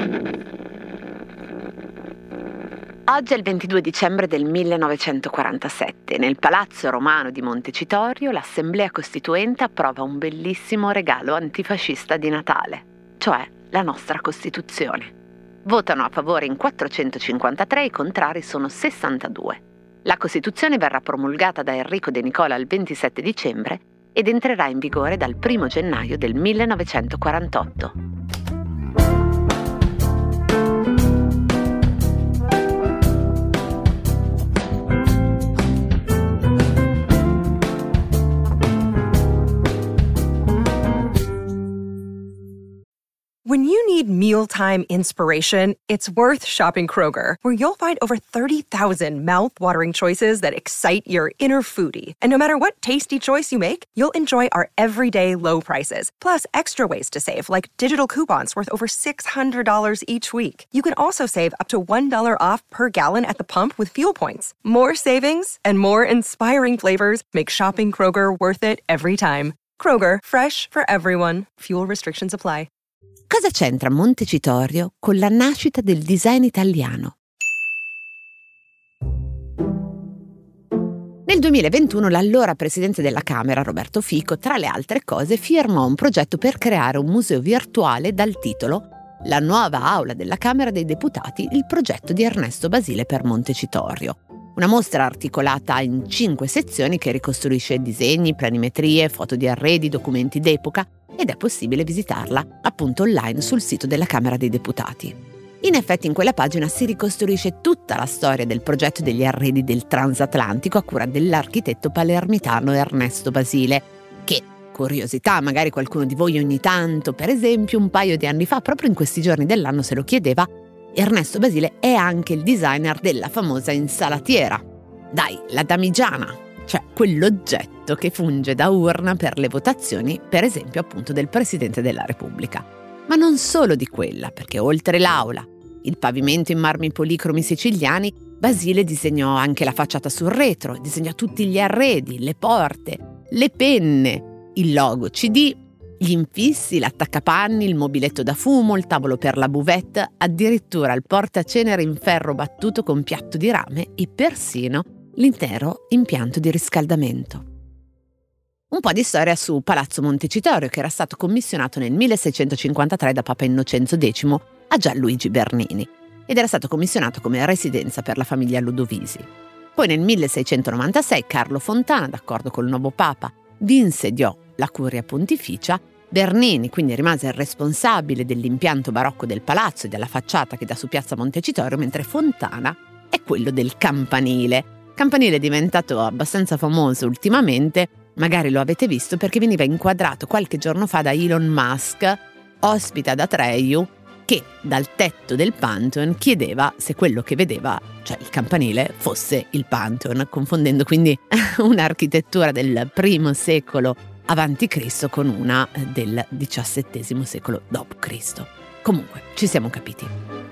Oggi è il 22 dicembre del 1947. Nel Palazzo Romano di Montecitorio l'Assemblea Costituente approva un bellissimo regalo antifascista di Natale, cioè la nostra Costituzione. Votano a favore in 453, i contrari sono 62. La Costituzione verrà promulgata da Enrico De Nicola il 27 dicembre ed entrerà in vigore dal 1 gennaio del 1948. When you need mealtime inspiration, it's worth shopping Kroger, where you'll find over 30,000 mouth-watering choices that excite your inner foodie. And no matter what tasty choice you make, you'll enjoy our everyday low prices, plus extra ways to save, like digital coupons worth over $600 each week. You can also save up to $1 off per gallon at the pump with fuel points. More savings and more inspiring flavors make shopping Kroger worth it every time. Kroger, fresh for everyone. Fuel restrictions apply. Cosa c'entra Montecitorio con la nascita del design italiano? Nel 2021 l'allora presidente della Camera, Roberto Fico, tra le altre cose, firmò un progetto per creare un museo virtuale dal titolo La nuova aula della Camera dei Deputati, il progetto di Ernesto Basile per Montecitorio. Una mostra articolata in 5 sezioni che ricostruisce disegni, planimetrie, foto di arredi, documenti d'epoca, ed è possibile visitarla appunto online sul sito della Camera dei Deputati. In effetti in quella pagina si ricostruisce tutta la storia del progetto degli arredi del transatlantico a cura dell'architetto palermitano Ernesto Basile, che, curiosità, magari qualcuno di voi ogni tanto, per esempio un paio di anni fa, proprio in questi giorni dell'anno se lo chiedeva, Ernesto Basile è anche il designer della famosa insalatiera. Dai, la damigiana! Cioè quell'oggetto che funge da urna per le votazioni, per esempio appunto del Presidente della Repubblica. Ma non solo di quella, perché oltre l'aula, il pavimento in marmi policromi siciliani, Basile disegnò anche la facciata sul retro, disegnò tutti gli arredi, le porte, le penne, il logo CD, gli infissi, l'attaccapanni, il mobiletto da fumo, il tavolo per la buvette, addirittura il portacenere in ferro battuto con piatto di rame e persino l'intero impianto di riscaldamento. Un po' di storia su Palazzo Montecitorio, che era stato commissionato nel 1653 da Papa Innocenzo X a Gianluigi Bernini ed era stato commissionato come residenza per la famiglia Ludovisi. Poi nel 1696 Carlo Fontana, d'accordo col nuovo Papa, vi insediò la curia pontificia. Bernini quindi rimase il responsabile dell'impianto barocco del palazzo e della facciata che dà su piazza Montecitorio, mentre Fontana è quello del campanile. Campanile è diventato abbastanza famoso ultimamente, magari lo avete visto perché veniva inquadrato qualche giorno fa da Elon Musk, ospite ad Atreju, che dal tetto del Pantheon chiedeva se quello che vedeva, cioè il campanile, fosse il Pantheon, confondendo quindi un'architettura del I secolo avanti Cristo con una del XVII secolo d.C. Comunque, ci siamo capiti.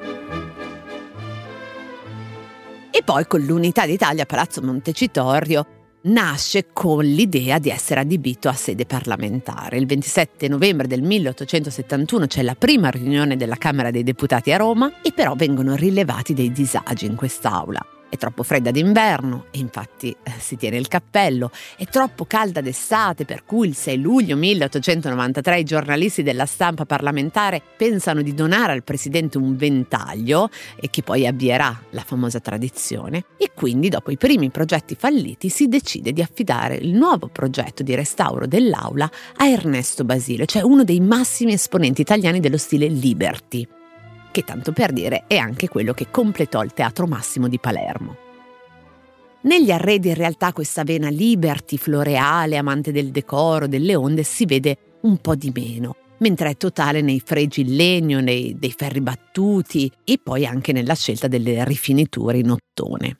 E poi con l'Unità d'Italia Palazzo Montecitorio nasce con l'idea di essere adibito a sede parlamentare. Il 27 novembre del 1871 c'è la prima riunione della Camera dei Deputati a Roma e però vengono rilevati dei disagi in quest'aula. È troppo fredda d'inverno e infatti si tiene il cappello, è troppo calda d'estate per cui il 6 luglio 1893 i giornalisti della stampa parlamentare pensano di donare al presidente un ventaglio e che poi avvierà la famosa tradizione e quindi dopo i primi progetti falliti si decide di affidare il nuovo progetto di restauro dell'aula a Ernesto Basile, cioè uno dei massimi esponenti italiani dello stile Liberty, che tanto per dire è anche quello che completò il Teatro Massimo di Palermo. Negli arredi in realtà questa vena Liberty, floreale, amante del decoro, delle onde, si vede un po' di meno, mentre è totale nei fregi in legno, dei ferri battuti e poi anche nella scelta delle rifiniture in ottone.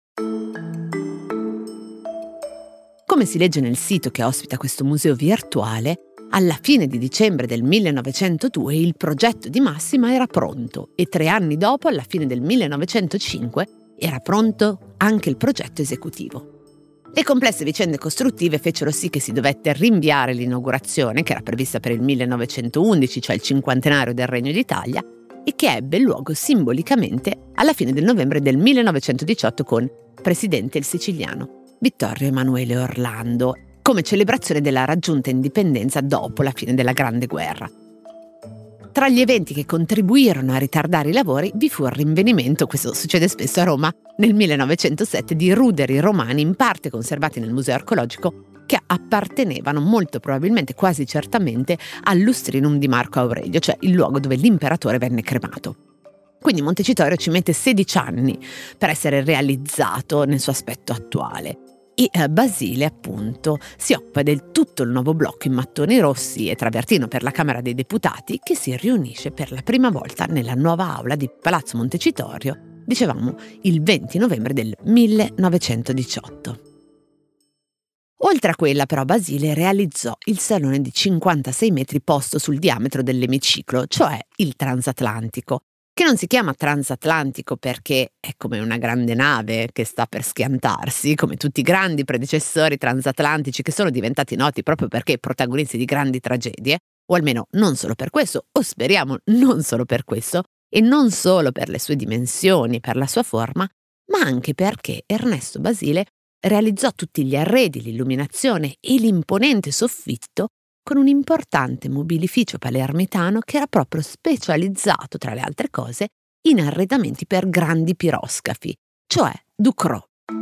Come si legge nel sito che ospita questo museo virtuale, alla fine di dicembre del 1902 il progetto di Massima era pronto e 3 anni dopo, alla fine del 1905, era pronto anche il progetto esecutivo. Le complesse vicende costruttive fecero sì che si dovette rinviare l'inaugurazione, che era prevista per il 1911, cioè il cinquantenario del Regno d'Italia, e che ebbe luogo simbolicamente alla fine del novembre del 1918 con presidente il siciliano Vittorio Emanuele Orlando, come celebrazione della raggiunta indipendenza dopo la fine della Grande Guerra. Tra gli eventi che contribuirono a ritardare i lavori vi fu il rinvenimento, questo succede spesso a Roma, nel 1907 di ruderi romani in parte conservati nel Museo Archeologico che appartenevano molto probabilmente, quasi certamente, all'Ustrinum di Marco Aurelio, cioè il luogo dove l'imperatore venne cremato. Quindi Montecitorio ci mette 16 anni per essere realizzato nel suo aspetto attuale. E Basile, appunto, si occupa del tutto il nuovo blocco in mattoni rossi e travertino per la Camera dei Deputati, che si riunisce per la prima volta nella nuova aula di Palazzo Montecitorio, dicevamo il 20 novembre del 1918. Oltre a quella, però, Basile realizzò il salone di 56 metri posto sul diametro dell'emiciclo, cioè il transatlantico, che non si chiama transatlantico perché è come una grande nave che sta per schiantarsi, come tutti i grandi predecessori transatlantici che sono diventati noti proprio perché protagonisti di grandi tragedie, o almeno non solo per questo, o speriamo non solo per questo, e non solo per le sue dimensioni, per la sua forma, ma anche perché Ernesto Basile realizzò tutti gli arredi, l'illuminazione e l'imponente soffitto con un importante mobilificio palermitano che era proprio specializzato, tra le altre cose, in arredamenti per grandi piroscafi, cioè Ducrot.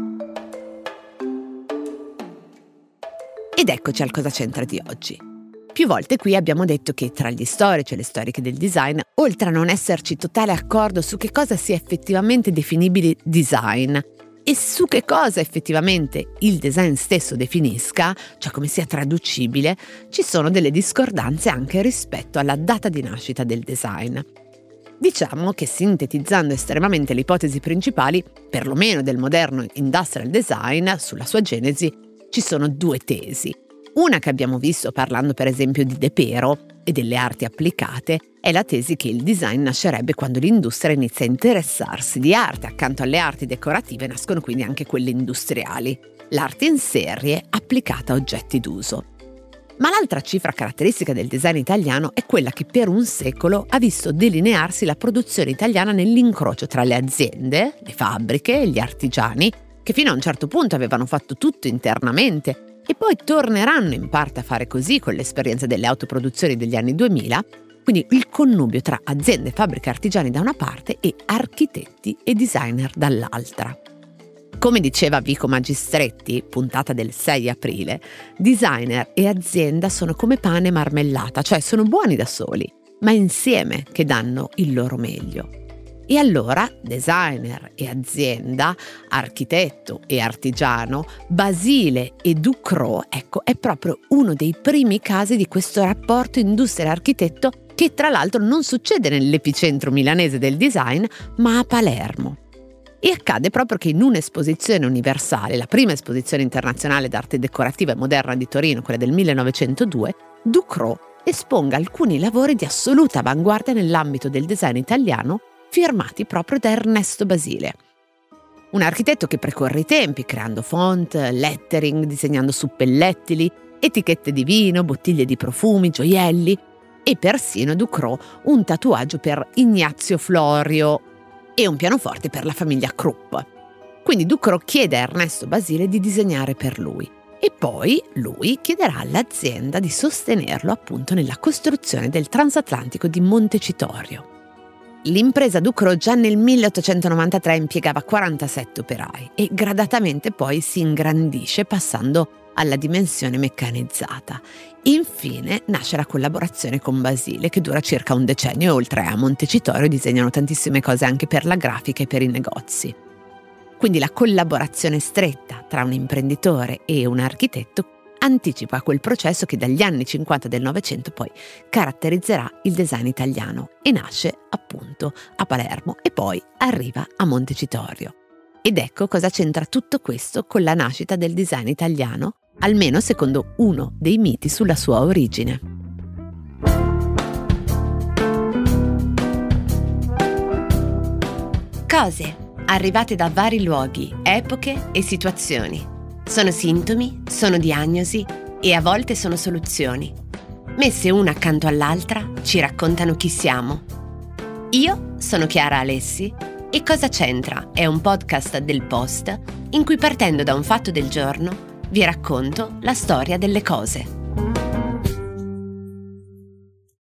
Ed eccoci al cosa c'entra di oggi. Più volte qui abbiamo detto che tra gli storici e le storiche del design, oltre a non esserci totale accordo su che cosa sia effettivamente definibile design, e su che cosa effettivamente il design stesso definisca, cioè come sia traducibile, ci sono delle discordanze anche rispetto alla data di nascita del design. Diciamo che sintetizzando estremamente le ipotesi principali, perlomeno del moderno industrial design, sulla sua genesi, ci sono due tesi. Una che abbiamo visto parlando per esempio di De Pero e delle arti applicate è la tesi che il design nascerebbe quando l'industria inizia a interessarsi di arte. Accanto alle arti decorative nascono quindi anche quelle industriali, l'arte in serie applicata a oggetti d'uso. Ma l'altra cifra caratteristica del design italiano è quella che per un secolo ha visto delinearsi la produzione italiana nell'incrocio tra le aziende, le fabbriche e gli artigiani, che fino a un certo punto avevano fatto tutto internamente e poi torneranno in parte a fare così con l'esperienza delle autoproduzioni degli anni 2000, quindi il connubio tra aziende, fabbriche, artigiani da una parte e architetti e designer dall'altra. Come diceva Vico Magistretti, puntata del 6 aprile, designer e azienda sono come pane e marmellata, cioè sono buoni da soli, ma insieme che danno il loro meglio. E allora designer e azienda, architetto e artigiano, Basile e Ducrot, ecco, è proprio uno dei primi casi di questo rapporto industria-architetto che tra l'altro non succede nell'epicentro milanese del design, ma a Palermo. E accade proprio che in un'esposizione universale, la prima esposizione internazionale d'arte decorativa e moderna di Torino, quella del 1902, Ducrot esponga alcuni lavori di assoluta avanguardia nell'ambito del design italiano, firmati proprio da Ernesto Basile. Un architetto che precorre i tempi, creando font, lettering, disegnando suppellettili, etichette di vino, bottiglie di profumi, gioielli e persino Ducrot un tatuaggio per Ignazio Florio e un pianoforte per la famiglia Krupp. Quindi Ducrot chiede a Ernesto Basile di disegnare per lui e poi lui chiederà all'azienda di sostenerlo appunto nella costruzione del transatlantico di Montecitorio. L'impresa Ducrot già nel 1893 impiegava 47 operai e gradatamente poi si ingrandisce passando alla dimensione meccanizzata. Infine nasce la collaborazione con Basile che dura circa un decennio e oltre a Montecitorio disegnano tantissime cose anche per la grafica e per i negozi. Quindi la collaborazione stretta tra un imprenditore e un architetto anticipa quel processo che dagli anni 50 del Novecento poi caratterizzerà il design italiano e nasce appunto a Palermo e poi arriva a Montecitorio. Ed ecco cosa c'entra tutto questo con la nascita del design italiano, almeno secondo uno dei miti sulla sua origine. Cose arrivate da vari luoghi, epoche e situazioni. Sono sintomi, sono diagnosi e a volte sono soluzioni. Messe una accanto all'altra ci raccontano chi siamo. Io sono Chiara Alessi e Cosa c'entra è un podcast del Post in cui, partendo da un fatto del giorno, vi racconto la storia delle cose.